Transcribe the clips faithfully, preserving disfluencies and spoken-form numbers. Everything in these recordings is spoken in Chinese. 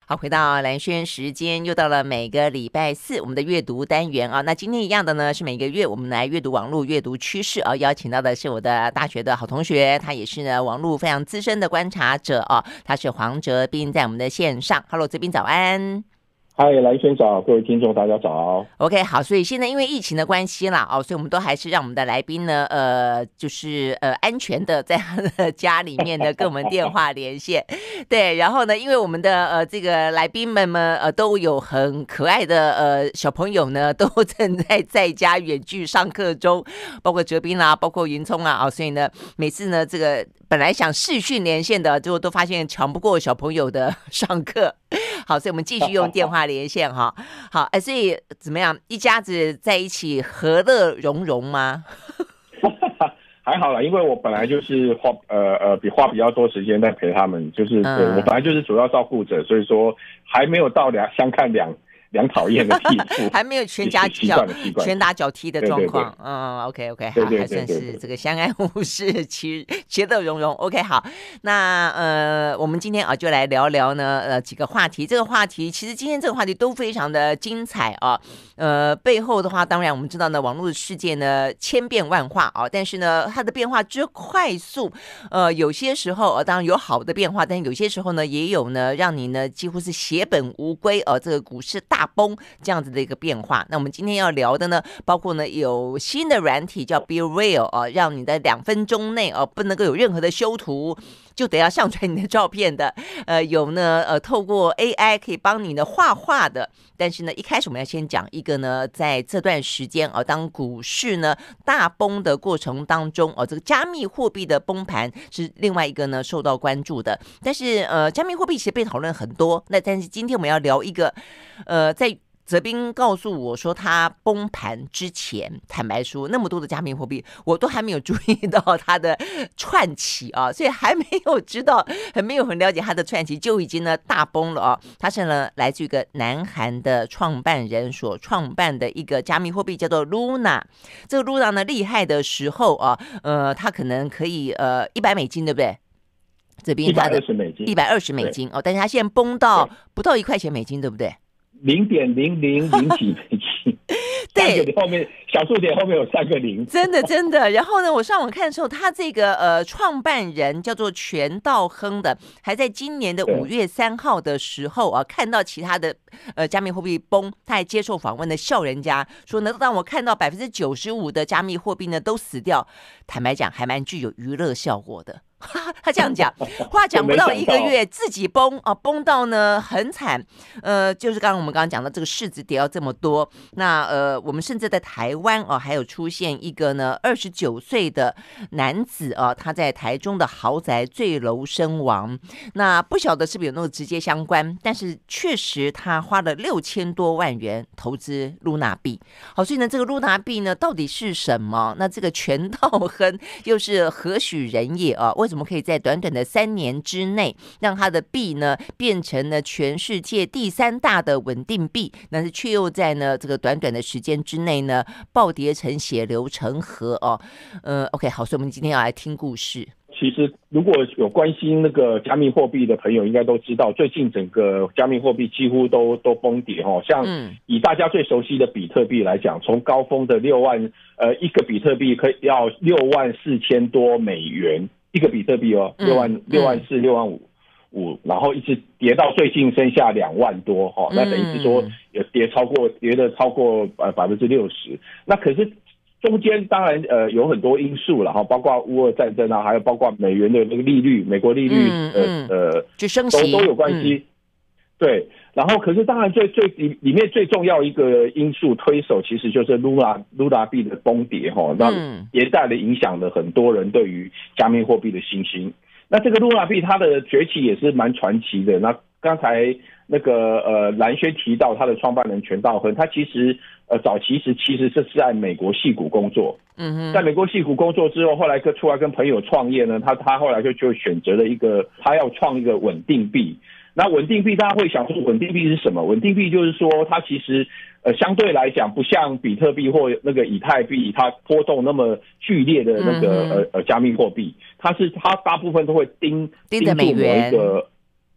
好，回到蓝轩时间，又到了每个礼拜四我们的阅读单元啊。那今天一样的呢，是每个月我们来阅读网络阅读趋势啊。邀请到的是我的大学的好同学，他也是呢网络非常资深的观察者啊。他是黄哲斌，在我们的线上。Hello， 哲斌早安。 嗨，蓝轩早，各位听众大家早。 OK， 好，所以现在因为疫情的关系啦，哦，所以我们都还是让我们的来宾呢，呃，就是呃安全的在他的家里面呢跟我们电话连线。对，然后呢，因为我们的呃这个来宾们呢，呃都有很可爱的呃小朋友呢，都正在在家远距上课中，包括哲斌啦，包括云聪啊，哦，所以呢，每次呢这个本来想视讯连线的，最后都发现抢不过小朋友的上课。好，所以我们继续用电话连线哈。好，哎，所以怎么样？一家子在一起和乐融融吗？ 还好啦，因为我本来就是花呃呃比花比较多时间在陪他们，就是、嗯、对我本来就是主要照顾者，所以说还没有到两相看两两讨厌的地步， 还没有全家脚拳打脚踢的状况。对对对嗯 ，OK OK， 好，还算是这个相安无事，其其乐融融。OK， 好，那呃，我们今天啊就来聊聊呢呃几个话题。这个话题其实今天这个话题都非常的精彩啊。呃，背后的话，当然我们知道呢，网络的世界呢千变万化啊，但是呢它的变化之快速，呃，有些时候呃当然有好的变化，但有些时候呢也有呢让你呢几乎是血本无归呃这个股市大大崩这样子的一个变化。那我们今天要聊的呢，包括呢有新的软体叫 Be Real 哦，让你的两分钟内哦不能够有任何的修图，就得要上传你的照片的。呃，有呢呃透过 A I 可以帮你呢画画的。但是呢，一开始我们要先讲一个呢，在这段时间哦，当股市呢大崩的过程当中哦，这个加密货币的崩盘是另外一个呢受到关注的。但是呃，加密货币其实被讨论很多。那但是今天我们要聊一个呃，在哲斌告诉我说他崩盘之前，坦白说那么多的加密货币我都还没有注意到它的串起啊，所以还没有知道，很没有很了解它的串起就已经呢大崩了啊。它是呢来自于一个南韩的创办人所创办的一个加密货币叫做 Luna。 这个 Luna 呢厉害的时候啊，呃，它可能可以呃一百美金对不对？这边它的一百二十美金， 一百二十美金哦，但是它现在崩到不到一块钱美金对不对？ 零点零零零几美金，对，后面小数点后面有三个零， 真的真的。然后呢，我上网看的时候，他这个呃创办人叫做全道亨的，还在今年的五月三号的时候啊，看到其他的呃加密货币崩，他还接受访问的笑人家说呢，当我看到百分之九十五的加密货币呢都死掉，坦白讲还蛮具有娱乐效果的。他这样讲话讲不到一个月自己崩啊，崩到呢很惨。呃，就是刚刚我们刚刚讲的这个市值跌到这么多，那呃我们甚至在台湾啊还有出现一个呢二十九岁的男子啊，他在台中的豪宅坠楼身亡。那不晓得是不是有那个直接相关，但是确实他花了六千多万元投资露娜币。好，所以呢这个露娜币呢到底是什么？那这个全道亨又是何许人也啊？为什么可以在短短的三年之内让他的币呢变成了全世界第三大的稳定币？但是却又在呢这个短短的时间之内呢暴跌成血流成河哦。呃 ，OK， 好，所以我们今天要来听故事。 其实如果有关心那个加密货币的朋友应该都知道，最近整个加密货币几乎都都崩跌哦。像以大家最熟悉的比特币来讲，从高峰的六万呃一个比特币可以要六万四千多美元一个比特币哦，六万六万四六万五五，然后一直跌到最近剩下两万多哈、哦，那等于是说有跌超过跌了超过呃百分之六十。那可是中间当然呃有很多因素了哈，包括乌俄战争啊，还有包括美元的那个利率，美国利率、嗯嗯、呃呃就升息都都有关系。嗯对，然后可是当然最最里里面最重要一个因素推手其实就是 Luna Luna 币的崩跌哈，那也带了影响了很多人对于加密货币的信心。那这个 Luna 币它的崛起也是蛮传奇的。那刚才那个呃蓝轩提到他的创办人全道亨，他其实呃早期时其实是在美国矽谷工作，嗯哼，在美国矽谷工作之后，后来跟出来跟朋友创业呢，他他后来就就选择了一个他要创一个稳定币。那稳定币大家会想说稳定币是什么？稳定币就是说它其实呃相对来讲不像比特币或那个以太币它波动那么剧烈的那个、嗯、呃呃加密货币，它是它大部分都会盯盯着美元盯住某一个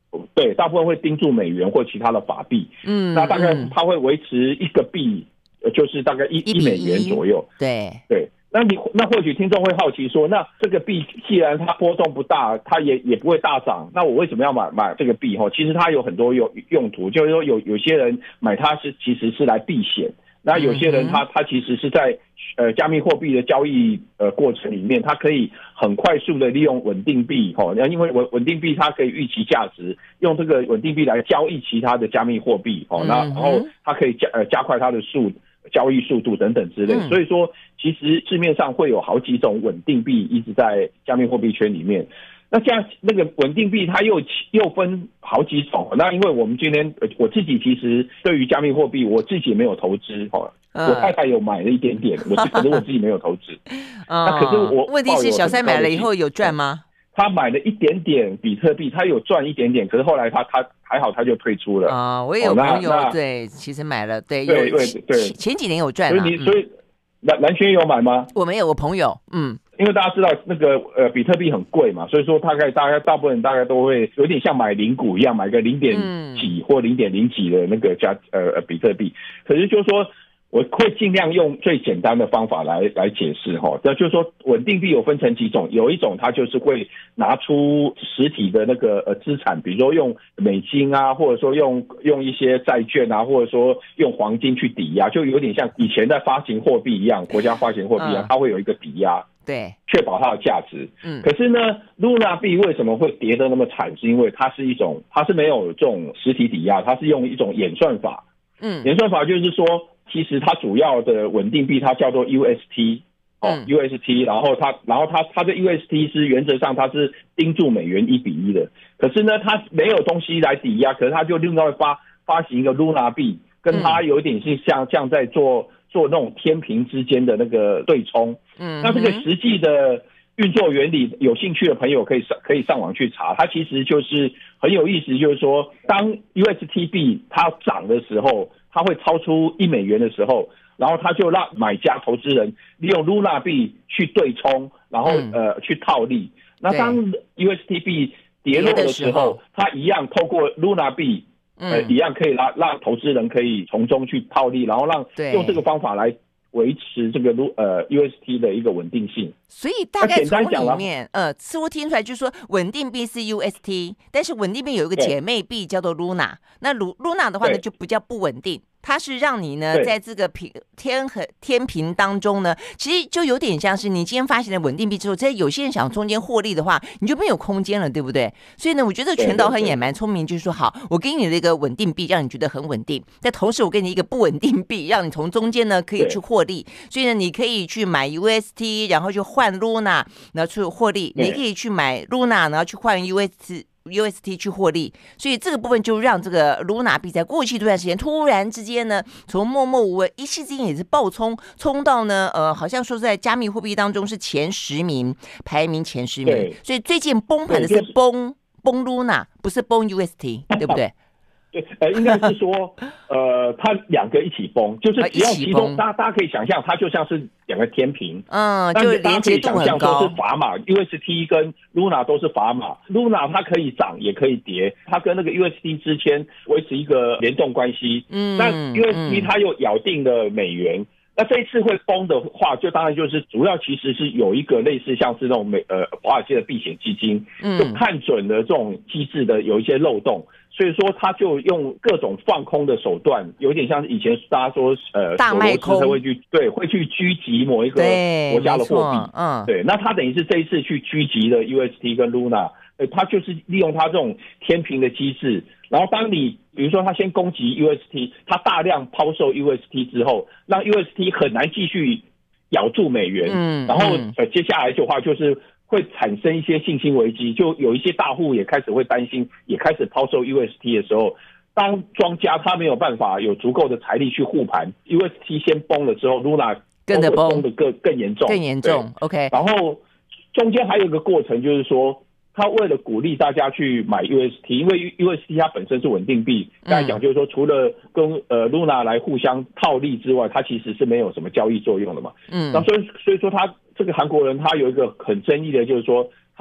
对，大部分会盯住美元或其他的法币。嗯，那大概它会维持一个币，就是大概一一美元左右。 对对。那你那或许听众会好奇说，那这个币既然它波动不大，它也也不会大涨，那我为什么要买买这个币？哈，其实它有很多用用途，就是说有有些人买它是其实是来避险，那有些人他他其实是在呃加密货币的交易呃过程里面，他可以很快速的利用稳定币哈，因为稳稳定币它可以预期价值，用这个稳定币来交易其他的加密货币哈，那然后它可以加呃加快它的速交易速度等等之类，嗯、所以说其实市面上会有好几种稳定币一直在加密货币圈里面。那这样那个稳定币它又又分好几种。那因为我们今天我自己其实对于加密货币我自己没有投资哈，我太太有买了一点点，我可是我自己没有投资。那可是我问题是小三买了以后有赚吗？ 他买了一点点比特币，他有赚一点点，可是后来他他还好他就退出了啊、呃。我也有朋友、哦、对，其实买了，对， 对对对， 前几年有赚、啊。 所以你所以蓝蓝轩有买吗？ 我没有，我朋友嗯。 因为大家知道那个呃比特币很贵嘛，所以说大概大概大部分人大概都会有点像买零股一样，买个零点几或零点零几的那个加呃比特币。可是就是说我会尽量用最简单的方法来来解释哈，那就是说稳定币有分成几种，有一种它就是会拿出实体的那个呃资产，比如说用美金啊，或者说用用一些债券啊，或者说用黄金去抵押，就有点像以前在发行货币一样，国家发行货币一样，它会有一个抵押。 对， 确保它的价值。嗯，可是呢 ，Luna 币为什么会跌得那么惨？是因为它是一种，它是没有这种实体抵押，它是用一种演算法。嗯，演算法就是说，其实它主要的稳定币它叫做 U S T 哦、嗯、，U S T， 然后它，然后它它的 U S T 是原则上它是盯住美元一比一的。可是呢，它没有东西来抵押，可是它就另外发发行一个 Luna 币，跟它有点是像像在做。做那种天平之间的那个对冲，嗯，那这个实际的运作原理，有兴趣的朋友可以上可以上网去查。它其实就是很有意思，就是说，当 U S T 币它涨的时候，它会超出一美元的时候，然后它就让买家投资人利用 Luna 币去对冲，然后、嗯、呃去套利。那当 U S T 币跌落的时候，它一样透过 Luna 币。呃，一样可以让让投资人可以从中去套利，然后让用这个方法来维持这个呃 U S T 的一个稳定性。 所以大概从里面，呃，似乎听出来就是说，稳定币是 U S T， 但是稳定币有一个姐妹币叫做 Luna， 那 Luna 的话呢就比较不稳定。它是让你呢，在这个平天和天平当中呢，其实就有点像是你今天发行了稳定币之后，在有些人想中间获利的话，你就没有空间了，对不对？所以呢，我觉得全道亨也蛮聪明，就是说，好，我给你的一个稳定币，让你觉得很稳定，但同时我给你一个不稳定币，让你从中间呢可以去获利。所以呢，你可以去买 U S T， 然后去换 Luna， 然后去获利；你可以去买 Luna， 然后去换 U S T。U S T 去获利，所以这个部分就让这个 Luna 币在过去这段时间突然之间呢，从默默无闻，一夕之间也是暴冲，冲到呢，呃，好像说在加密货币当中是前十名，排名前十名。所以最近崩盘的是崩崩 Luna， 不是崩 U S T， 对不对？ 对，呃，应该是说，呃，它两个一起崩，就是只要其中，大家大家可以想象，它就像是两个天平， 嗯，就连接度很高。大家可以想象说是砝码 ，U S T 跟 Luna 都是砝码 ，Luna 它可以涨也可以跌，它跟那个 U S T 之间维持一个联动关系。嗯，但 U S T 它又咬定了美元。嗯那这一次会崩的话，就当然就是主要其实是有一个类似像是那种美呃华尔街的避险基金，就看准了这种机制的有一些漏洞，所以说他就用各种放空的手段，有点像以前大家说呃大卖空， 他会去对会去狙击某一个国家的货币，嗯，对，那他等于是这一次去狙击了 U S T 跟 Luna， 呃，他就是利用他这种天平的机制。然后当你比如说他先攻击 U S T， 他大量抛售 U S T 之后，让 U S T 很难继续咬住美元，嗯，然后呃接下来的话就是会产生一些信心危机，就有一些大户也开始会担心，也开始抛售 U S T 的时候，当庄家他没有办法有足够的财力去护盘 ，U S T 先崩了之后 ，Luna 跟着崩的更更严重， 更严重 ，OK。 然后中间还有一个过程，就是说。他为了鼓励大家去买 U S T， 因为 U S T 它本身是稳定币，刚才讲就是说，除了跟呃 Luna 来互相套利之外，它其实是没有什么交易作用的嘛。嗯，那所以所以说他这个韩国人他有一个很争议的，就是说他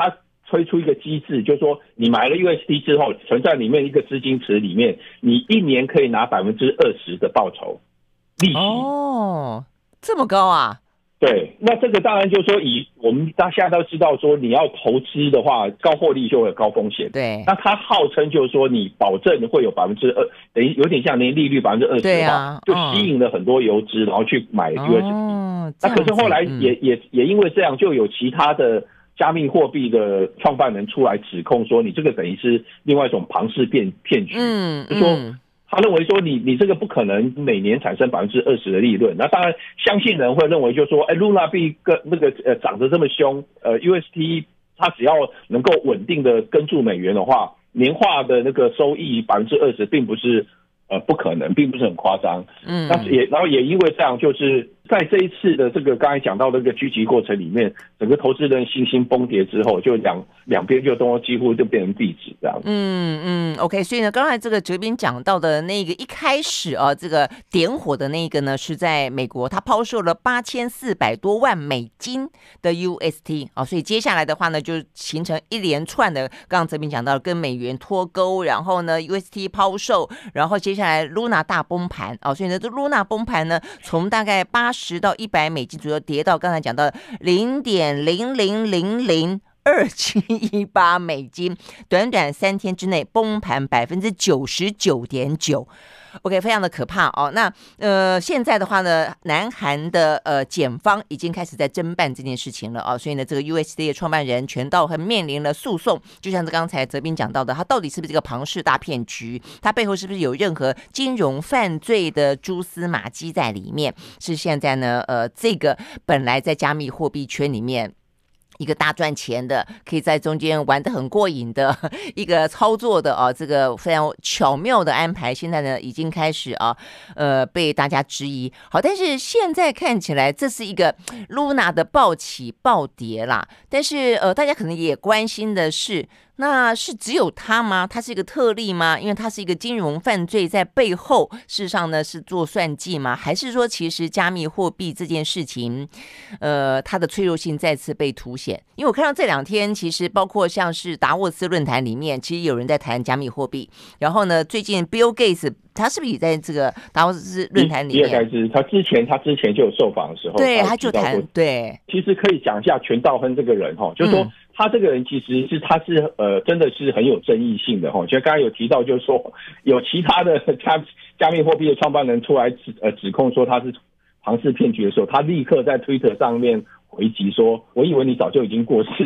推出一个机制，就是说你买了 U S D 之后，存在里面一个资金池里面，你一年可以拿百分之二十的报酬利息。 哦，这么高啊？ 对，那这个当然就是说，以我们大家都知道说，你要投资的话，高获利就会有高风险。 对， 那他号称就是说，你保证会有百分之二，等于有点像年利率百分之二十的话， 啊、 就吸引了很多游资，然后去买 U S D。 哦， 那可是后来也、嗯、也也因为这样，就有其他的加密货币的创办人出来指控说，你这个等于是另外一种庞氏骗骗局， 嗯， 就说。嗯他认为说你你这个不可能每年产生百分之二十的利润，那当然相信人会认为就是说，哎 ，Luna 币跟那个呃涨得这么凶，呃 U S D 它只要能够稳定的跟住美元的话，年化的那个收益百分之二十并不是呃不可能，并不是很夸张。嗯，那也然后也因为这样，就是在这一次的这个刚才讲到的这个狙击过程里面，整个投资人信心崩跌之后，就两两边就都几乎就变成壁纸这样。 嗯嗯 ，OK， 所以呢，刚才这个哲斌讲到的那个一开始啊，这个点火的那个呢，是在美国，他抛售了八千四百多万美金的 U S T 啊，所以接下来的话呢，就形成一连串的，刚刚哲斌讲到跟美元脱钩，然后呢 U S T 抛售，然后接下来 Luna 大崩盘啊，所以呢，这 Luna 崩盘呢，从大概八十到一百美金左右跌到刚才讲到零点零零零零二七一八美金，短短三天之内崩盘百分之九十九点九。OK， 非常的可怕哦。那呃，现在的话呢，南韩的呃检方已经开始在侦办这件事情了哦，所以呢，这个 U S D 的创办人全道亨面临了诉讼，就像是刚才哲斌讲到的，他到底是不是这个庞氏大骗局？他背后是不是有任何金融犯罪的蛛丝马迹在里面？是现在呢，呃，这个本来在加密货币圈里面一个大赚钱的，可以在中间玩得很过瘾的一个操作的啊，这个非常巧妙的安排，现在呢已经开始啊，呃，被大家质疑。好，但是现在看起来这是一个 Luna 的暴起暴跌啦，但是呃，大家可能也关心的是，那是只有他吗？他是一个特例吗？因为他是一个金融犯罪在背后，事实上呢是做算计吗？还是说其实加密货币这件事情，呃，它的脆弱性再次被凸显？因为我看到这两天，其实包括像是达沃斯论坛里面，其实有人在谈加密货币。然后呢，最近 Bill Gates 他是不是也在这个达沃斯论坛里面？ 比尔盖茨他之前他之前就有受访的时候， 对，他就谈对。 其实可以讲一下全道亨这个人哈，就是说。嗯他这个人其实是他是呃真的是很有争议性的哈，就刚才有提到就是说有其他的加加密货币的创办人出来指呃指控说他是庞氏骗局的时候，他立刻在 Twitter 上面回击说：“我以为你早就已经过世。”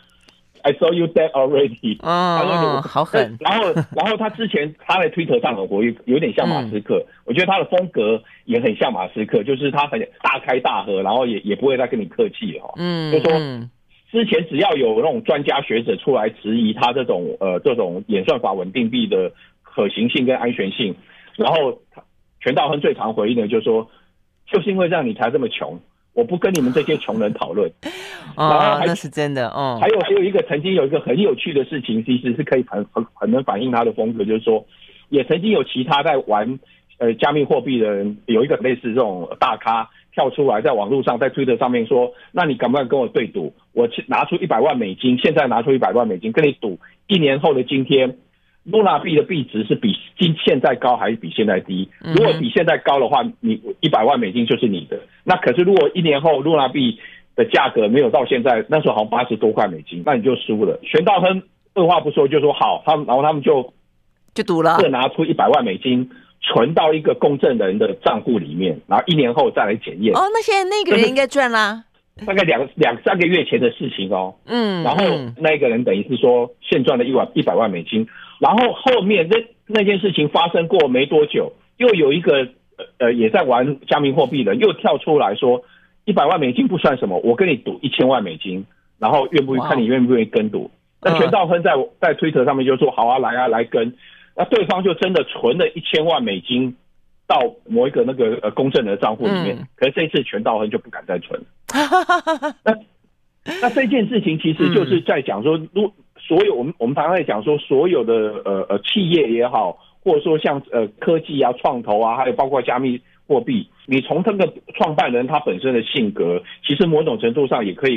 I saw you dead already。 哦，好狠。 然后，然后他之前他在 Twitter 上很活跃，有点像马斯克、嗯。我觉得他的风格也很像马斯克，就是他很大开大合，然后也也不会再跟你客气哈。嗯，就说。嗯之前只要有那种专家学者出来质疑他这种呃这种演算法稳定币的可行性跟安全性，然后全道亨最常回应的就是说，就是因为这样你才这么穷，我不跟你们这些穷人讨论。 哦，然后那是真的哦。 还有还有一个曾经有一个很有趣的事情，其实是可以很很很能反映他的风格，就是说，也曾经有其他在玩呃加密货币的人，有一个类似这种大咖。跳出来在网络上在推特上面说，那你敢不敢跟我对赌？我拿出一百万美金，现在拿出一百万美金跟你赌，一年后的今天 Luna 币的币值是比今现在高还是比现在低？如果比现在高的话，你一百万美金就是你的。那可是如果一年后 Luna 币的价格没有到现在，那时候好像八十多块美金，那你就输了。全道亨二话不说就说好，他们然后他们就就赌了， 各拿出一百万美金。存到一个公证人的账户里面，然后一年后再来检验。 哦，那现在那个人应该赚啦。 大概两两三个月前的事情哦。嗯。然后那个人等于是说现赚了一万一百万美金，然后后面那那件事情发生过没多久，又有一个呃也在玩加密货币的又跳出来说一百万美金不算什么，我跟你赌一千万美金，然后愿不看你愿不愿意跟赌。那全道亨在在推特上面就说好啊来啊来跟。那对方就真的存了一千万美金到某一个那个呃公证人的账户里面，嗯、可是这一次全道亨就不敢再存。那那这件事情其实就是在讲说，如所有我们我们常常在讲说，所有的呃呃企业也好，或者说像呃科技啊、创投啊，还有包括加密货币，你从这个创办人他本身的性格，其实某种程度上也可以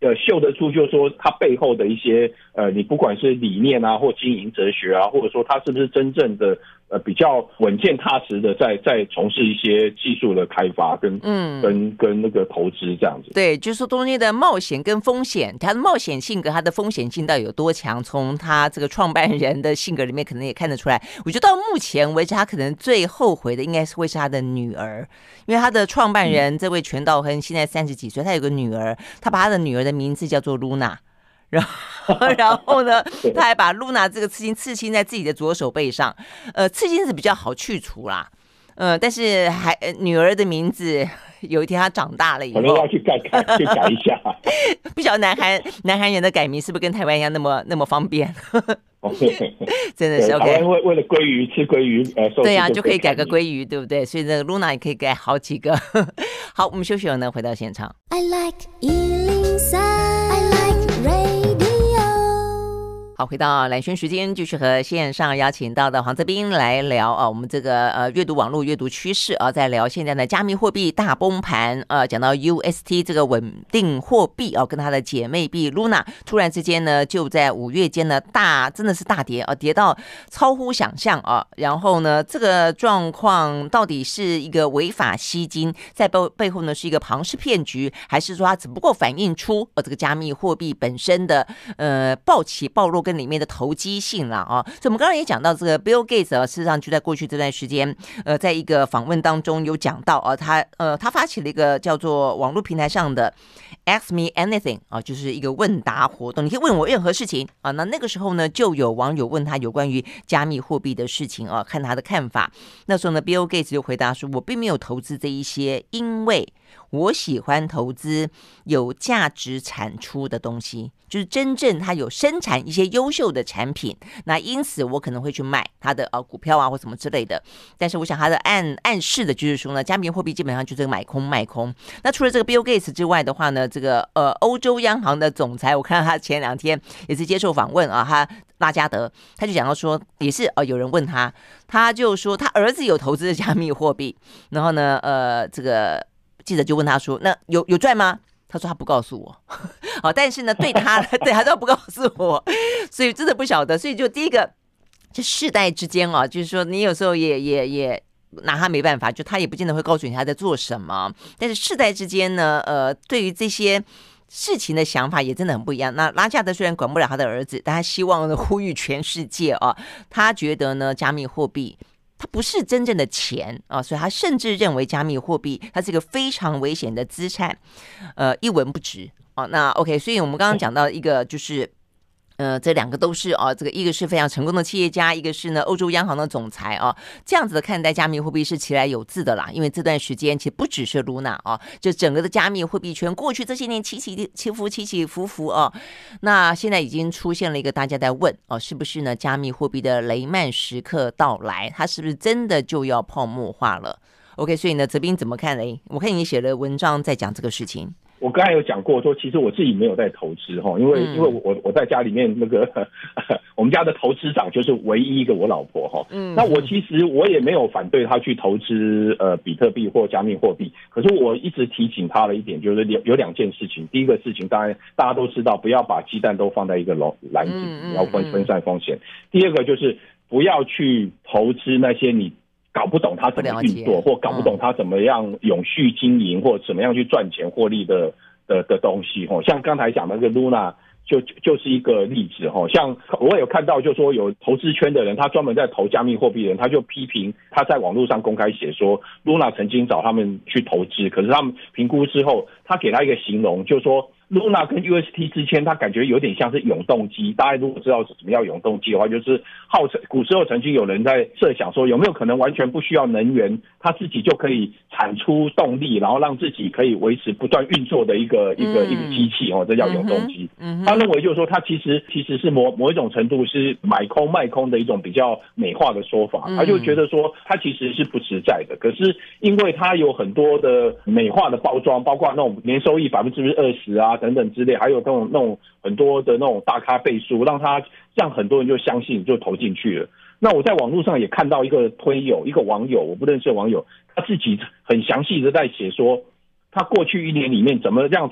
呃秀得出，就是说他背后的一些呃，你不管是理念啊，或经营哲学啊，或者说他是不是真正的呃比较稳健踏实的在在从事一些技术的开发跟嗯跟跟那个投资这样子。 对，就是说中间的冒险跟风险，他的冒险性格，他的风险性到底有多强？从他这个创办人的性格里面，可能也看得出来。我觉得到目前为止，他可能最后悔的应该是会是他的女儿，因为他的创办人、嗯、这位全道亨现在三十几岁，他有个女儿，他把他的女儿的名字叫做露娜。然后，然后呢，他还把露娜这个刺青刺青在自己的左手背上。呃，刺青是比较好去除啦，呃，但是还、呃、女儿的名字，有一天她长大了以后， 可能要去改改去改一下。 不晓得南韩南韩人的改名是不是跟台湾一样那么那么方便？真的是 OK。 台湾为为了鲑鱼吃鲑鱼，呃， 对呀、啊，就可以改个鲑鱼，对不对？所以这个露娜也可以改好几个。好，我们休息了呢，回到现场。I like 一零三 I like radio。好，回到蓝轩时间，继续和线上邀请到的黄泽斌来聊啊，我们这个呃阅读网络阅读趋势啊，在聊现在的加密货币大崩盘啊，讲到 U S T 这个稳定货币啊，跟它的姐妹币 Luna 突然之间呢，就在五月间呢大真的是大跌啊，跌到超乎想象啊，然后呢，这个状况到底是一个违法吸金，在背背后呢是一个庞氏骗局，还是说它只不过反映出呃这个加密货币本身的呃暴起暴落跟里面的投机性啦啊，所以我们刚刚也讲到这个 Bill Gates 啊，事实上就在过去这段时间，呃，在一个访问当中有讲到啊，他呃他发起了一个叫做网络平台上的 Ask Me Anything 啊，就是一个问答活动，你可以问我任何事情啊。那那个时候呢，就有网友问他有关于加密货币的事情啊，看他的看法。那时候呢 ，Bill Gates 就回答说：“我并没有投资这一些，因为我喜欢投资有价值产出的东西。”就是真正它有生产一些优秀的产品，那因此我可能会去买它的呃股票啊或什么之类的。但是我想它的暗暗示的就是说呢，加密货币基本上就是买空卖空。那除了这个 Bill Gates 之外的话呢，这个呃欧洲央行的总裁，我看到他前两天也是接受访问啊，他拉加德他就讲到说，也是呃有人问他，他就说他儿子有投资加密货币，然后呢呃这个记者就问他说，那有有赚吗？他说他不告诉我，好，但是呢，对他，对他都不告诉我，所以真的不晓得。所以就第一个，就世代之间啊，就是说你有时候也也也拿他没办法，就他也不见得会告诉你他在做什么。但是世代之间呢，呃，对于这些事情的想法也真的很不一样。那拉加德虽然管不了他的儿子，但他希望呢呼吁全世界啊，他觉得呢加密货币它不是真正的钱啊，所以他甚至认为加密货币它是一个非常危险的资产，呃，一文不值啊。那 OK， 所以我们刚刚讲到一个就是。呃，这两个都是啊，这个一个是非常成功的企业家，一个是呢欧洲央行的总裁啊，这样子的看待加密货币是其来有自的啦。因为这段时间其实不只是 Luna 啊，就整个的加密货币圈过去这些年起起起伏起起伏伏啊，那现在已经出现了一个大家在问哦、啊，是不是呢加密货币的雷曼时刻到来，它是不是真的就要泡沫化了 ？OK， 所以呢，泽斌怎么看呢？我看你写了文章在讲这个事情。 我刚才有讲过说，其实我自己没有在投资哈，因为、嗯、因为我我在家里面那个我们家的投资长就是唯一一个我老婆哈，嗯，那我其实我也没有反对她去投资呃比特币或加密货币，可是我一直提醒她的一点就是有有两件事情，第一个事情当然大家都知道，不要把鸡蛋都放在一个篮子里，你要分分散风险。第二个就是不要去投资那些你搞不懂它怎么运作，或搞不懂它怎么样永续经营，或怎么样去赚钱获利的的的东西。像刚才讲的那个 Luna 就就是一个例子。像我有看到，就说有投资圈的人，他专门在投加密货币的人，他就批评他在网络上公开写说 Luna 曾经找他们去投资，可是他们评估之后，他给他一个形容，就是说Luna 跟 U S T 之间，它感觉有点像是永动机。大家如果知道什么叫永动机的话，就是号称古时候曾经有人在设想说，有没有可能完全不需要能源，它自己就可以产出动力，然后让自己可以维持不断运作的一个、嗯、一个一个机器哦，这叫永动机。嗯、他认为就是说，它其实其实是某某一种程度是买空卖空的一种比较美化的说法。他就觉得说，它其实是不实在的。可是因为它有很多的美化的包装，包括那种年收益百分之二十啊。等等之类，还有那种那种很多的那种大咖倍数，让他让很多人就相信，就投进去了。那我在网络上也看到一个推友，一个网友，我不认识的网友，他自己很详细的在写说，他过去一年里面怎么样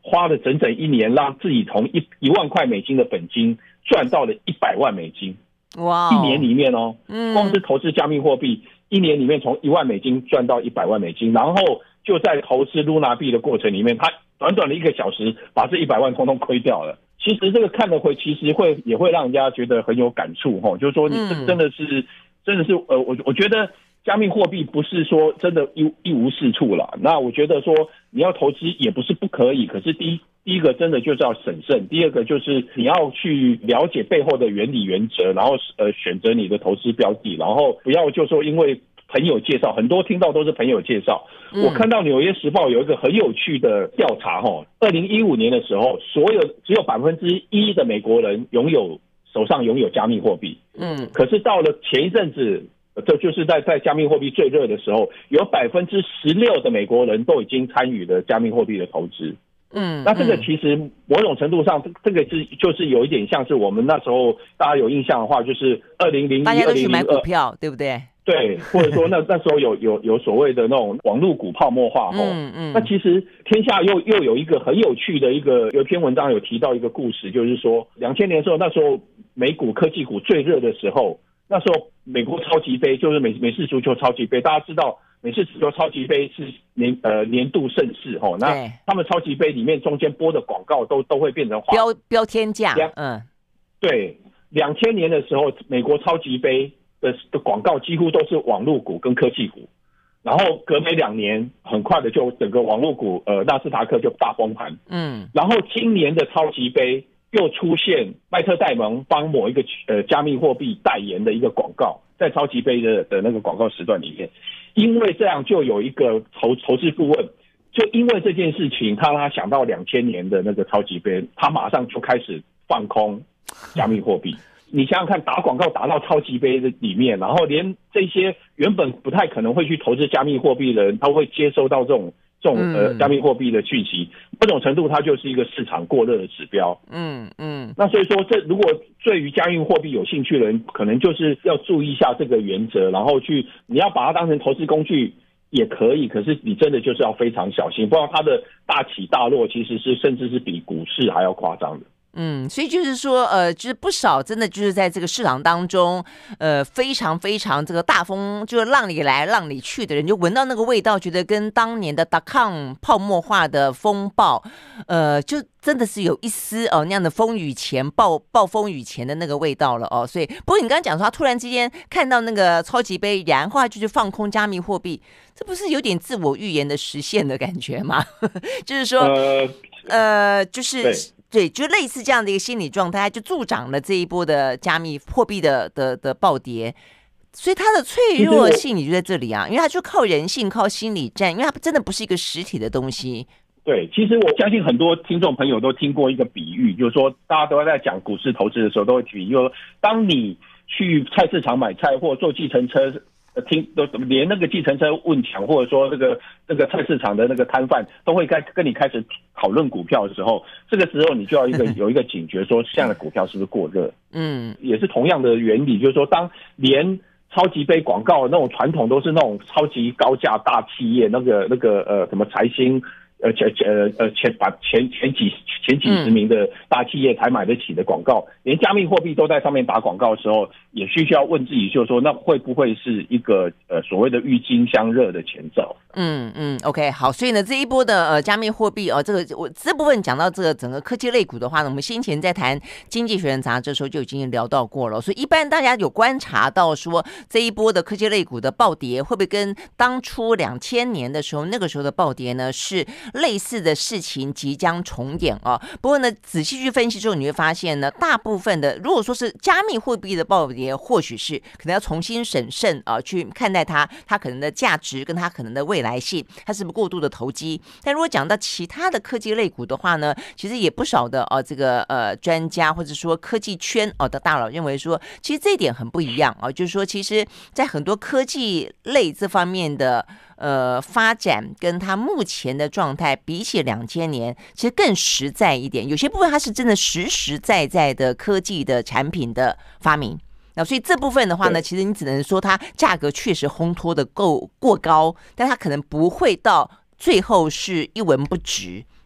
花了整整一年，让自己从一一万块美金的本金赚到了一百万美金。 哇！ 一年里面哦，光是投资加密货币，一年里面从一万美金赚到一百万美金，然后就在投资 Luna 币的过程里面，他短短的一个小时把这一百万通通亏掉了。其实这个看了会，其实会也会让人家觉得很有感触哈，就是说你真的是、嗯、真的是呃，我我觉得加密货币不是说真的一一无是处了。那我觉得说你要投资也不是不可以，可是第一第一个真的就是要审慎，第二个就是你要去了解背后的原理原则，然后呃选择你的投资标的，然后不要就说因为朋友介绍，很多听到都是朋友介绍。嗯、我看到《纽约时报》有一个很有趣的调查，哈，二零一五年的时候，所有只有百分之一的美国人拥有手上拥有加密货币。嗯，可是到了前一阵子，这就是在在加密货币最热的时候，有百分之十六的美国人都已经参与了加密货币的投资。嗯，那这个其实某种程度上，这个是就是有一点像是我们那时候大家有印象的话，就是二零零一、 大家都去买股票，对不对？ 对，或者说那那时候有有有所谓的那种网络股泡沫化后，嗯嗯，那其实天下又又有一个很有趣的一个有一篇文章有提到一个故事，就是说两千年的时候，那时候美股科技股最热的时候，那时候美国超级杯就是美美式足球超级杯，大家知道美式足球超级杯是年呃年度盛事吼，那他们超级杯里面中间播的广告都都会变成标标天价，嗯， 对，两千年的时候美国超级杯的的广告几乎都是网络股跟科技股，然后隔没两年，很快的就整个网络股呃纳斯达克就大崩盘，嗯，然后今年的超级杯又出现麦特戴蒙帮某一个呃加密货币代言的一个广告，在超级杯的的那个广告时段里面，因为这样就有一个投投资顾问，就因为这件事情，他让他想到两千年的那个超级杯，他马上就开始放空加密货币。你想想看，打广告打到超级杯的里面，然后连这些原本不太可能会去投资加密货币的人，他会接收到这种这种呃加密货币的讯息，某种程度它就是一个市场过热的指标。嗯嗯。那所以说，这如果对于加密货币有兴趣的人，可能就是要注意一下这个原则，然后去你要把它当成投资工具也可以，可是你真的就是要非常小心，不然它的大起大落其实是甚至是比股市还要夸张的。 嗯，所以就是说，呃，就是不少真的就是在这个市场当中，呃，非常非常这个大风就是浪里来浪里去的人，就闻到那个味道，觉得跟当年的 dot-com 泡沫化的风暴，呃，就真的是有一丝哦那样的风雨前暴暴风雨前的那个味道了哦。所以，不过你刚刚讲说，他突然之间看到那个超级杯，然后就去放空加密货币，这不是有点自我预言的实现的感觉吗？就是说，呃，呃就是。对，就类似这样的一个心理状态，就助长了这一波的加密货币的的的暴跌，所以它的脆弱性也就在这里啊，因为它就靠人性、靠心理战，因为它真的不是一个实体的东西。 对，其实我相信很多听众朋友都听过一个比喻，就是说大家都在讲股市投资的时候都会比喻，就是说当你去菜市场买菜或坐计程车。听都连那个计程车问抢，或者说这个那个菜市场的那个摊贩都会跟跟你开始讨论股票的时候，这个时候你就要一个有一个警觉，说现在的股票是不是过热？嗯，也是同样的原理，就是说当连超级杯广告那种传统都是那种超级高价大企业，那个那个呃什么财新。呃前呃呃前把前前几前几十名的大企业才买得起的广告，嗯、连加密货币都在上面打广告的时候，也需要问自己，就是说，那会不会是一个呃所谓的郁金香热的前兆？ 嗯嗯 ，OK， 好，所以呢，这一波的呃加密货币哦，这个我这部分讲到这个整个科技类股的话呢，我们先前在谈《经济学人》杂志的时候就已经聊到过了，所以一般大家有观察到说这一波的科技类股的暴跌，会不会跟当初两千年的时候那个时候的暴跌呢是类似的事情即将重演哦？不过呢，仔细去分析之后，你会发现呢，大部分的如果说是加密货币的暴跌，或许是可能要重新审慎啊、呃、去看待它，它可能的价值跟它可能的未来。来性，它是不是过度的投机？但如果讲到其他的科技类股的话呢，其实也不少的呃这个呃专家或者说科技圈哦的大佬认为说，其实这一点很不一样啊、哦，就是说，其实在很多科技类这方面的呃发展，跟它目前的状态比起两千年，其实更实在一点。有些部分它是真的实实在在的科技的产品的发明。那所以这部分的话呢，其实你只能说它价格确实烘托的够过高，但它可能不会到最后是一文不值。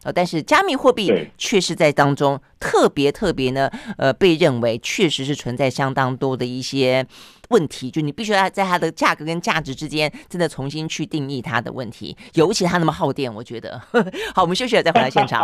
呃，但是加密货币确实在当中特别特别呢，呃，被认为确实是存在相当多的一些问题，就你必须要在它的价格跟价值之间真的重新去定义它的问题，尤其它那么耗电，我觉得。好，我们休息了再回来现场。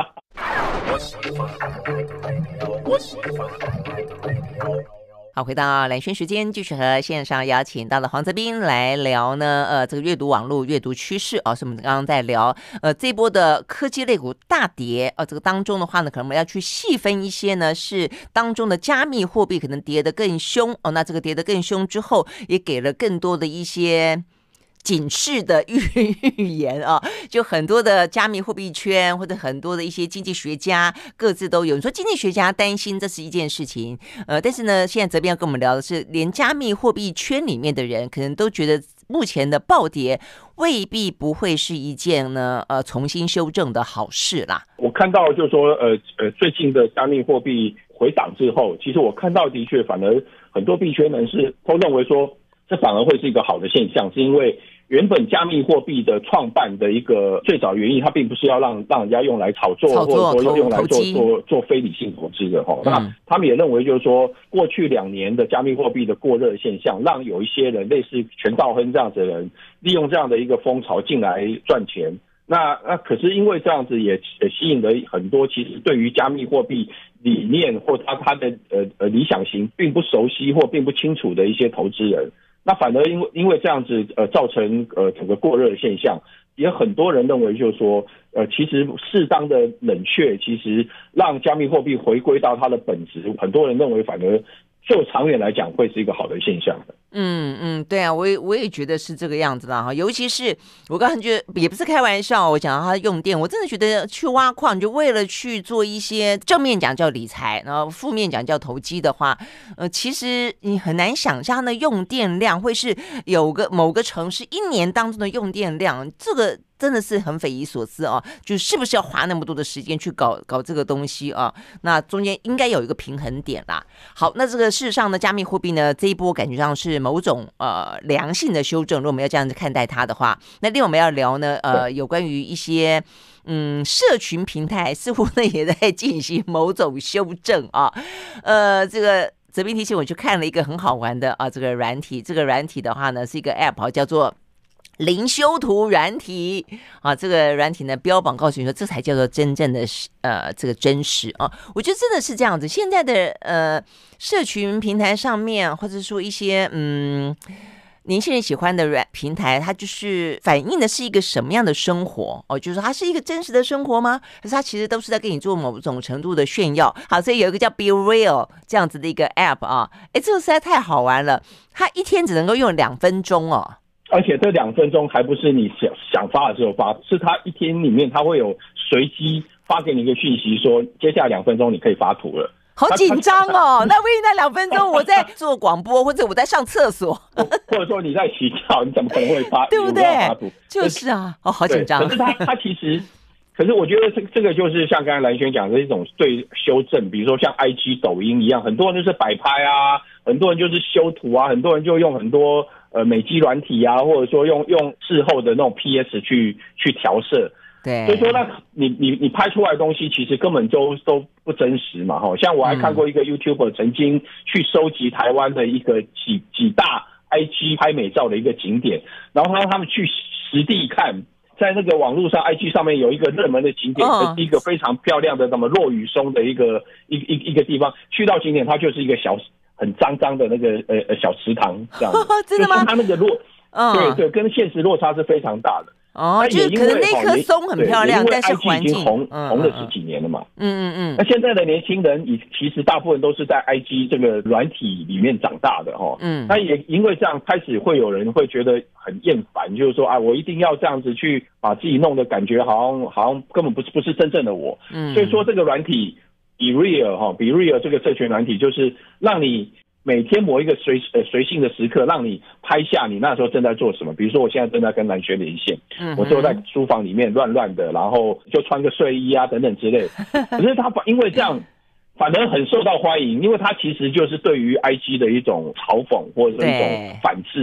好，回到蓝轩时间，继续和线上邀请到了黄泽斌来聊呢，呃，这个阅读网络阅读趋势啊，是我们刚刚在聊，呃，这一波的科技类股大跌，呃，这个当中的话呢，可能我们要去细分一些呢，是当中的加密货币可能跌得更凶哦，那这个跌得更凶之后，也给了更多的一些警示的预言啊，就很多的加密货币圈或者很多的一些经济学家各自都有。你说经济学家担心这是一件事情，呃，但是呢，现在泽边要跟我们聊的是，连加密货币圈里面的人可能都觉得目前的暴跌未必不会是一件呢呃重新修正的好事啦。 我看到就是说呃呃最近的加密货币回档之后，其实我看到的确反而很多币圈人士都认为说这反而会是一个好的现象，是因为原本加密货币的创办的一个最早原因，它并不是要让让人家用来炒作， 炒作或者说用来做做做非理性投资的哈。那、嗯、他们也认为就是说，过去两年的加密货币的过热现象，让有一些人类似全道亨这样子的人，利用这样的一个风潮进来赚钱。那那可是因为这样子也吸引了很多其实对于加密货币理念或他他的呃呃理想型并不熟悉或并不清楚的一些投资人。那反而因为因为这样子呃造成呃整个过热的现象，也很多人认为就是说呃其实适当的冷却，其实让加密货币回归到它的本质，很多人认为反而就长远来讲会是一个好的现象的。 嗯嗯，对啊，我也我也觉得是这个样子的哈。尤其是我刚才觉得也不是开玩笑，我讲到它用电，我真的觉得去挖矿就为了去做一些正面讲叫理财，然后负面讲叫投机的话，呃，其实你很难想象的用电量会是有个某个城市一年当中的用电量，这个真的是很匪夷所思啊！就是不是要花那么多的时间去搞搞这个东西啊？那中间应该有一个平衡点啦。好，那这个事实上呢，加密货币呢这一波感觉上是某种呃良性的修正，如果我们要这样子看待它的话，那另外我们要聊呢呃有关于一些嗯社群平台似乎呢也在进行某种修正啊，呃这个泽斌提醒我去看了一个很好玩的啊这个软体，这个软体的话呢是一个 app 叫做零修图软体啊，这个软体呢标榜告诉你说，这才叫做真正的呃这个真实啊。我觉得真的是这样子。现在的呃社群平台上面，或者说一些嗯年轻人喜欢的软平台，它就是反映的是一个什么样的生活哦？就是它是一个真实的生活吗？可是它其实都是在跟你做某种程度的炫耀。好，所以有一个叫 Be Real 这样子的一个 app 啊，哎，这个实在太好玩了。它一天只能够用两分钟哦。 而且这两分钟还不是你想想发的时候发，是他一天里面他会有随机发给你一个讯息，说接下来两分钟你可以发图了。 好紧张哦！那万一那两分钟我在做广播，或者我在上厕所， 或者说你在洗澡，你怎么可能会发？ 对不对？ 发图就是啊，哦，好紧张。 可是他他其实，可是我觉得这这个就是像刚才蓝轩讲的一种对修正，比如说像 I G、抖音一样，很多人就是摆拍啊，很多人就是修图啊，很多人就用很多。呃，美肌软体啊，或者说用用事后的那种 P S 去去调色， 对， 所以说那你你你拍出来的东西其实根本就都不真实嘛，哈。像我还看过一个 YouTuber 曾经去收集台湾的一个几几大 I G 拍美照的一个景点，然后他让他们去实地看，在那个网络上 I G 上面有一个热门的景点，哦、是一个非常漂亮的什么落羽松的一个一一一个地方，去到景点它就是一个小。很脏脏的那个呃呃小池塘这样子， 真的吗？ 就是它那个落，嗯、对对，跟现实落差是非常大的。 哦，就是可能那棵松很漂亮，但是环境已经红、嗯、红了十几年了嘛。 嗯嗯嗯。 那现在的年轻人，其实大部分都是在 I G 这个软体里面长大的哈。嗯。那也因为这样，开始会有人会觉得很厌烦，就是说啊，我一定要这样子去把自己弄得感觉好像好像根本不是不是真正的我。嗯。所以说这个软体。Be Real 哈 ，Be Real 这个社群软体就是让你每天某一个随呃随性的时刻，让你拍下你那时候正在做什么。比如说我现在正在跟蓝轩连线，嗯、我坐在书房里面乱乱的，然后就穿个睡衣啊等等之类。可是他因为这样，反而很受到欢迎，因为他其实就是对于 I G 的一种嘲讽或者是一种反制。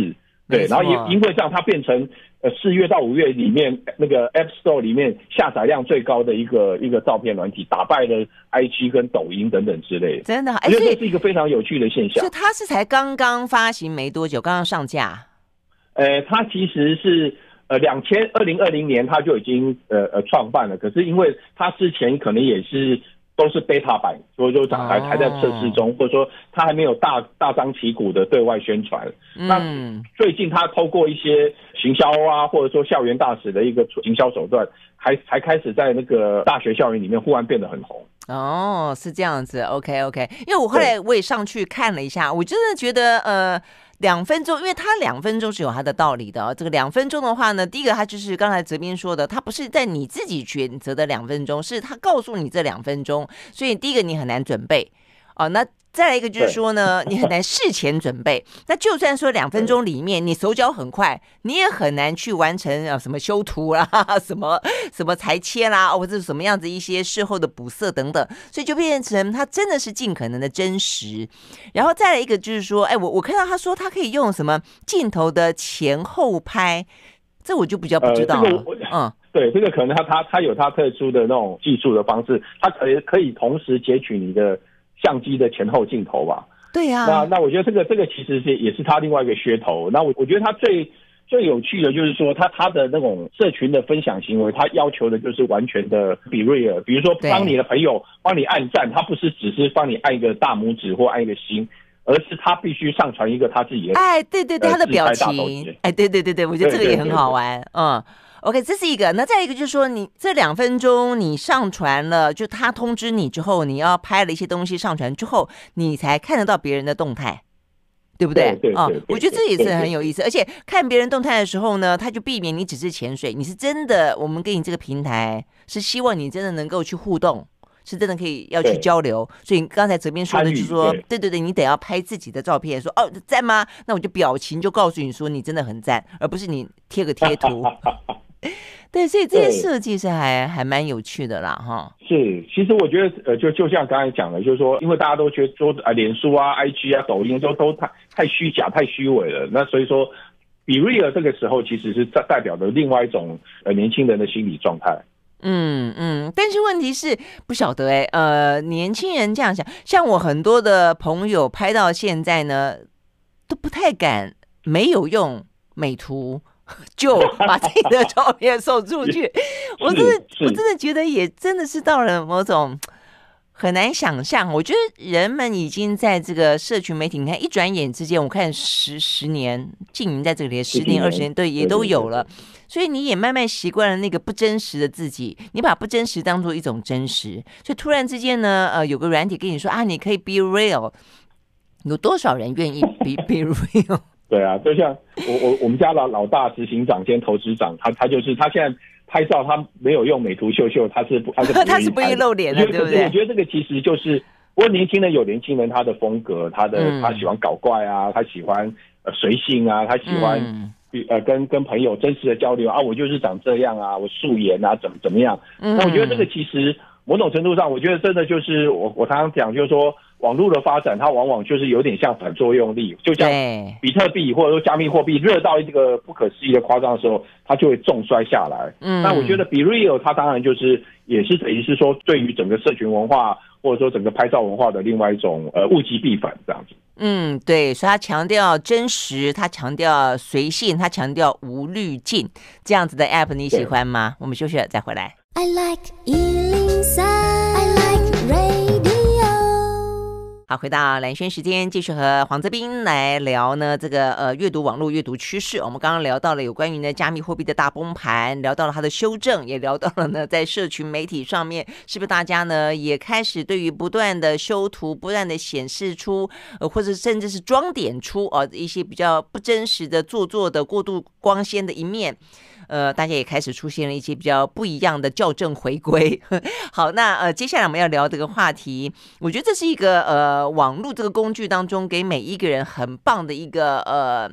对，然后因因为这样，它变成呃四月到五月里面那个 App Store 里面下载量最高的一个一个照片软体，打败了 I G 跟抖音等等之类的。 真的， 我觉得这是一个非常有趣的现象。 所以它是才刚刚发行没多久，刚刚上架。 呃，它其实是呃两千二零二零年它就已经呃呃创办了，可是因为它之前可能也是。都是 beta 版，所以就还还在测试中，或者说它还没有大大张旗鼓的对外宣传。嗯、那最近他透过一些行销啊，或者说校园大使的一个行销手段，还才开始在那个大学校园里面忽然变得很红。 哦，是这样子 ，OK OK。因为我后来我也上去看了一下，我真的觉得呃。两分钟，因为它两分钟是有它的道理的、哦。这个两分钟的话呢，第一个它就是刚才哲斌说的，它不是在你自己选择的两分钟，是它告诉你这两分钟，所以第一个你很难准备哦。那再来一个就是说呢，你很难事前准备。那就算说两分钟里面你手脚很快，你也很难去完成啊什么修图啦、什么什么裁切啦，或者是什么样子一些事后的补色等等。所以就变成它真的是尽可能的真实。然后再来一个就是说，哎，我我看到他说他可以用什么镜头的前后拍，这我就比较不知道了。呃这个、嗯， 对，这个可能他他他有他特殊的那种技术的方式，他可以可以同时截取你的。相机的前后镜头吧， 对呀、啊。 那那我觉得这个这个其实是也是他另外一个噱头。那我我觉得他最最有趣的就是说，他他的那种社群的分享行为，他要求的就是完全的 be real。比如说帮你的朋友帮你按赞，他不是只是帮你按一个大拇指或按一个心，而是他必须上传一个他自己的哎，对对对，呃、他的表情，哎，对对对对，我觉得这个也很好玩，对对对对嗯。OK， 这是一个。那再一个就是说，你这两分钟你上传了，就他通知你之后，你要拍了一些东西上传之后，你才看得到别人的动态，对不对？ 对对对、哦、 我觉得这也是很有意思。而且看别人动态的时候呢，他就避免你只是潜水，你是真的，我们给你这个平台是希望你真的能够去互动。是真的可以要去交流，所以刚才哲斌说的就是说，对对对，你得要拍自己的照片，说哦赞吗？那我就表情就告诉你说你真的很赞，而不是你贴个贴图。对，所以这些设计是还还蛮有趣的啦，哈。 是，其实我觉得呃，就就像刚才讲的，就是说，因为大家都觉得说啊，脸书啊、I G 啊、抖音都都太太虚假、太虚伪了，那所以说 ，be real 这个时候其实是代代表的另外一种呃年轻人的心理状态。 嗯嗯，但是问题是不晓得哎，呃，年轻人这样想，像我很多的朋友拍到现在呢，都不太敢没有用美图就把自己的照片送出去，我真的我真的觉得也真的是到了某种很难想象。我觉得人们已经在这个社群媒体，你看一转眼之间，我看十十年经营在这里，十年二十年对也都有了。所以你也慢慢习惯了那个不真实的自己，你把不真实当做一种真实，所以突然之间呢，呃，有个软体跟你说啊，你可以 be real， 有多少人愿意 be be real？ 对啊，就像我我我们家老老大执行长兼投资长，他他就是他现在拍照他没有用美图秀秀，他是他是不他是不愿意露脸的，对不对？ 我觉得这个其实就是，不过年轻人有年轻人他的风格，他的、嗯、他喜欢搞怪啊，他喜欢呃随性啊，他喜欢。嗯呃，跟跟朋友真实的交流啊，我就是长这样啊，我素颜啊，怎么怎么样？嗯、那我觉得这个其实某种程度上，我觉得真的就是我我常常讲，就是说网络的发展，它往往就是有点像反作用力，就像比特币或者说加密货币热到一个不可思议的夸张的时候，它就会重摔下来。嗯，那我觉得 Be Real 它当然就是也是等于是说对于整个社群文化或者说整个拍照文化的另外一种呃物极必反这样子。 嗯，对，所以他强调真实，他强调随性，他强调无滤镜，这样子的 app 你喜欢吗？我们休息了再回来。I like 一零三 I like radio。好，回到蓝轩时间，继续和黄泽斌来聊呢这个呃阅读网络阅读趋势。我们刚刚聊到了有关于呢加密货币的大崩盘，聊到了它的修正，也聊到了呢在社群媒体上面是不是大家呢也开始对于不断的修图、不断的显示出呃或者甚至是装点出哦、呃、一些比较不真实的做作的过度光鲜的一面。呃，大家也开始出现了一些比较不一样的校正回归。好，那呃，接下来我们要聊这个话题，我觉得这是一个呃网络这个工具当中给每一个人很棒的一个呃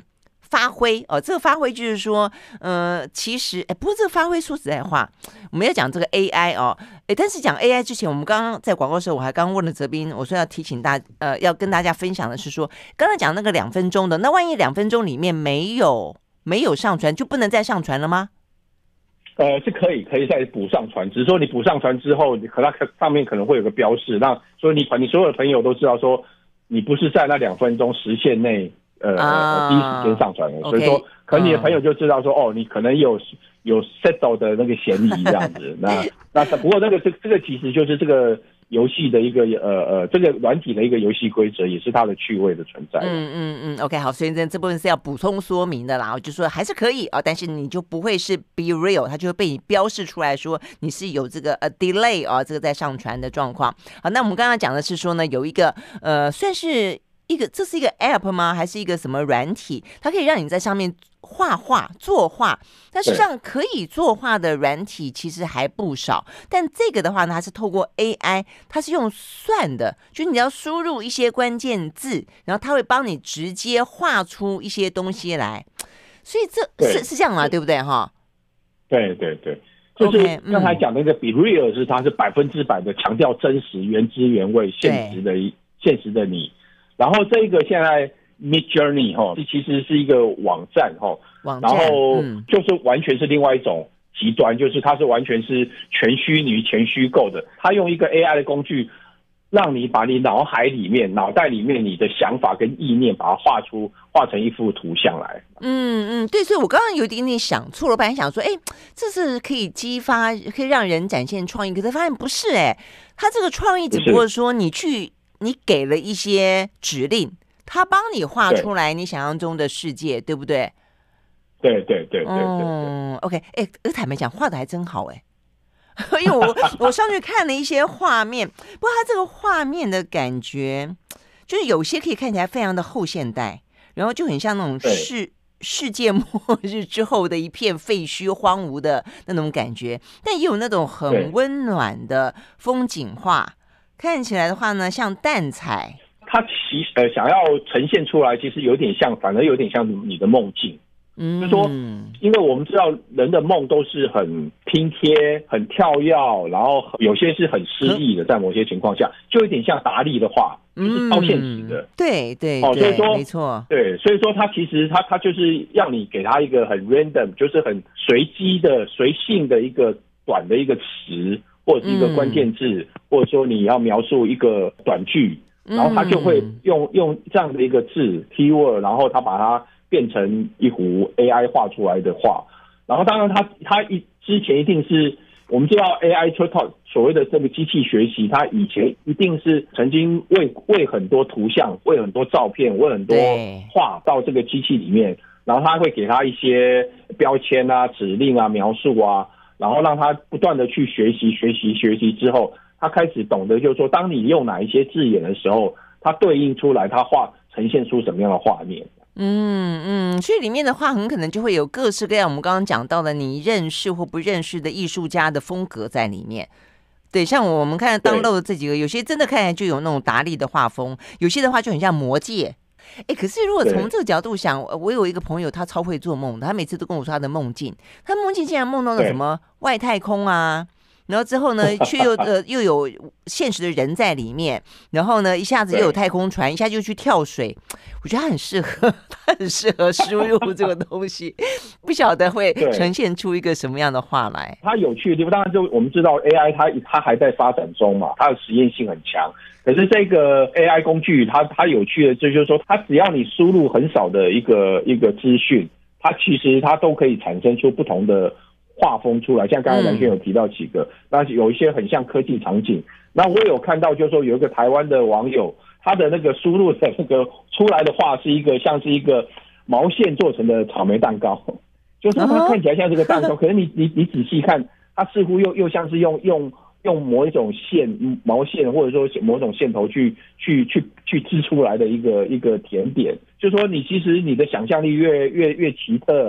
发挥哦，这个发挥就是说，呃，其实哎，不过这个发挥说实在话，我们要讲这个 A I 哦，哎，但是讲 A I 之前，我们刚刚在广告的时候，我还刚问了哲斌，我说要提醒大呃，要跟大家分享的是说，刚刚讲那个两分钟的，那万一两分钟里面没有没有上传，就不能再上传了吗？ 呃，是可以，可以再补上传，只是说你补上传之后，可它上面可能会有个标示，那所以你你所有的朋友都知道说，你不是在那两分钟时限内，呃，啊、第一时间上传的， okay, 所以说，可能你的朋友就知道说，哦，你可能有有 settle 的那个嫌疑这样子，那那不过那个这这个其实就是这个游戏的一个呃呃，这个软体的一个游戏规则，也是它的趣味的存在。 嗯嗯嗯 ，OK， 好，所以这这部分是要补充说明的啦，我就说还是可以啊、哦，但是你就不会是 be real， 它就会被你标示出来说你是有这个呃 delay 啊、哦，这个在上传的状况。好，那我们刚刚讲的是说呢，有一个呃，算是一个，这是一个 app 吗？还是一个什么软体？它可以让你在上面画画、作画，但实际上可以作画的软体其实还不少。但这个的话呢，它是透过 A I， 它是用算的，就是你要输入一些关键字，然后它会帮你直接画出一些东西来。所以这是是这样嘛？对不对哈？ 对对对，就是刚才讲那个 Be Real 是它是百分之百的强调真实、原汁原味、现实的现实的你。然后这个现在 Mid Journey 哈，其实是一个网站哈，然后就是完全是另外一种极端，就是它是完全是全虚拟、全虚构的。它用一个 A I 的工具，让你把你脑海里面、脑袋里面你的想法跟意念，把它画出、画成一幅图像来。 嗯嗯，对，所以我刚刚有一点点想错了，我本来想说，哎，这是可以激发、可以让人展现创意，可是发现不是哎，它这个创意只不过说你去。你给了一些指令，他帮你画出来你想象中的世界， 对, 对不对？ 对对对对对。 嗯 ，OK， 哎，坦白讲，画的还真好哎，因为我我上去看了一些画面，不过他这个画面的感觉，就是有些可以看起来非常的后现代，然后就很像那种世世界末日之后的一片废墟荒芜的那种感觉，但也有那种很温暖的风景画。看起来的话呢，像淡彩， 它其实呃想要呈现出来，其实有点像，反而有点像你的梦境。嗯，就是说，因为我们知道人的梦都是很拼贴、很跳跃，然后有些是很诗意的，在某些情况下，就有点像达利的画，就是超现实的。 嗯、对对， 哦，所以说没错， 对，所以说它其实它它就是让你给它一个很 random， 就是很随机的、随性的一个短的一个词。或者是一个关键字、嗯，或者说你要描述一个短句，然后他就会用、嗯、用这样的一个字 keyword， 然后他把它变成一幅 A I 画出来的画。然后当然他他一之前一定是我们知道 A I 就靠所谓的这个机器学习，它以前一定是曾经喂喂很多图像、喂很多照片、喂很多画到这个机器里面，然后他会给他一些标签啊、指令啊、描述啊。然后让他不断的去学习学习学习之后，他开始懂得就是说，当你用哪一些字眼的时候，它对应出来，它画呈现出什么样的画面。 嗯嗯，所以里面的话很可能就会有各式各样我们刚刚讲到的你认识或不认识的艺术家的风格在里面。对，像我们看当漏的这几个，有些真的看起来就有那种达利的画风，有些的话就很像魔戒。哎，可是如果从这个角度想，我有一个朋友，他超会做梦的，他每次都跟我说他的梦境，他梦境竟然梦到了什么外太空啊，然后之后呢，却又呃又有现实的人在里面，然后呢，一下子又有太空船，一下就去跳水，我觉得他很适合，他很适合输入这个东西，不晓得会呈现出一个什么样的画来。 它有趣的地方，当然就我们知道 A I 它它还在发展中嘛，它的实验性很强。可是这个 A I 工具，它它有趣的就是说，它只要你输入很少的一个一个资讯，它其实它都可以产生出不同的画风出来。像刚才蓝轩有提到几个，那有一些很像科技场景。那我有看到，就是说有一个台湾的网友，他的那个输入的那个出来的画是一个像是一个毛线做成的草莓蛋糕，就是它看起来像这个蛋糕，可是你你你仔细看，它似乎又又像是用用。用某一种线毛线或者说某种线头去去去去织出来的一个一个甜点，就是说你其实你的想象力越越越奇特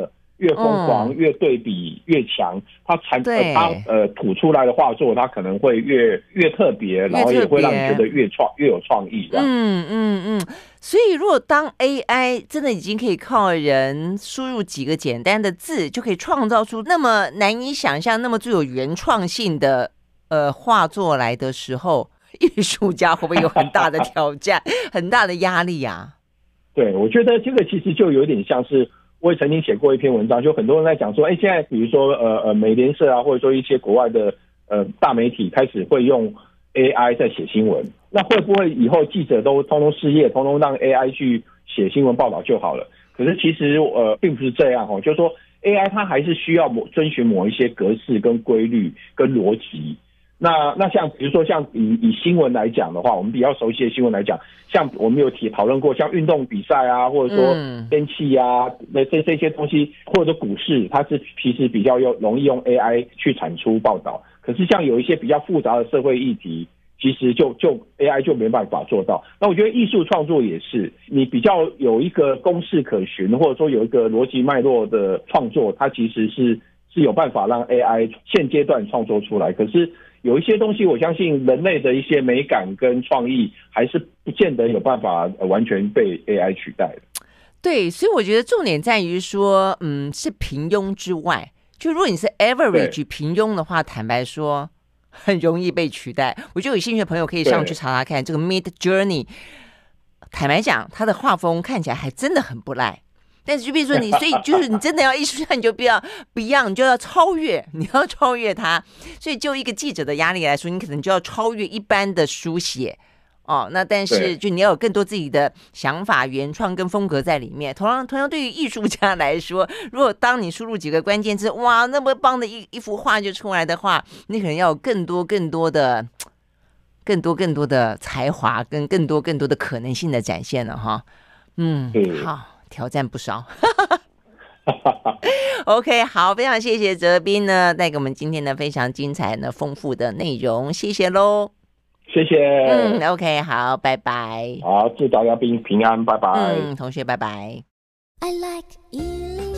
越疯狂、嗯、越对比越强，它产呃它呃吐出来的画作，它可能会越越特别，然后也会让你觉得越创越有创意这样。 嗯嗯嗯。所以如果当 A I 真的已经可以靠人输入几个简单的字，就可以创造出那么难以想象、那么具有原创性的呃画作来的时候，艺术家会不会有很大的挑战、很大的压力啊？ 对，我觉得这个其实就有点像是。我也曾经写过一篇文章，就很多人在讲说，哎，现在比如说呃呃美联社啊，或者说一些国外的呃大媒体开始会用 A I 在写新闻，那会不会以后记者都通通失业，通通让 A I 去写新闻报道就好了？可是其实呃并不是这样哦，就是说 A I 它还是需要某遵循某一些格式跟规律跟逻辑。那那像比如说像以以新闻来讲的话，我们比较熟悉的新闻来讲，像我们有提讨论过，像运动比赛啊，或者说天气啊，那、嗯、这这些东西，或者说股市，它是其实比较用容易用 A I 去产出报道。可是像有一些比较复杂的社会议题，其实就就 A I 就没办法做到。那我觉得艺术创作也是，你比较有一个公式可循，或者说有一个逻辑脉络的创作，它其实是是有办法让 A I 现阶段创作出来。可是有一些东西，我相信人类的一些美感跟创意，还是不见得有办法完全被 A I 取代的。 对，所以我觉得重点在于说，嗯，是平庸之外，就如果你是 average 平庸的话，坦白说，很容易被取代。我觉得有兴趣的朋友可以上去查查看这个 Mid Journey。坦白讲，他的画风看起来还真的很不赖。但是就比如说你，所以就是你真的要艺术家，你就不要不一样，你就要超越，你要超越它。所以就一个记者的压力来说，你可能就要超越一般的书写哦。那但是就你要有更多自己的想法、原创跟风格在里面。同样，同样对于艺术家来说，如果当你输入几个关键字，哇，那么棒的一一幅画就出来的话，你可能要有更多更多的、更多更多的才华跟更多更多的可能性的展现了哈。嗯，好。挑战不少OK， 好，非常谢谢哲斌呢带给我们今天的非常精彩呢丰富的内容，谢谢喽。 谢谢。 嗯 OK， 好，拜拜。 好，祝大家平平安，拜拜。 嗯，同学拜拜。I like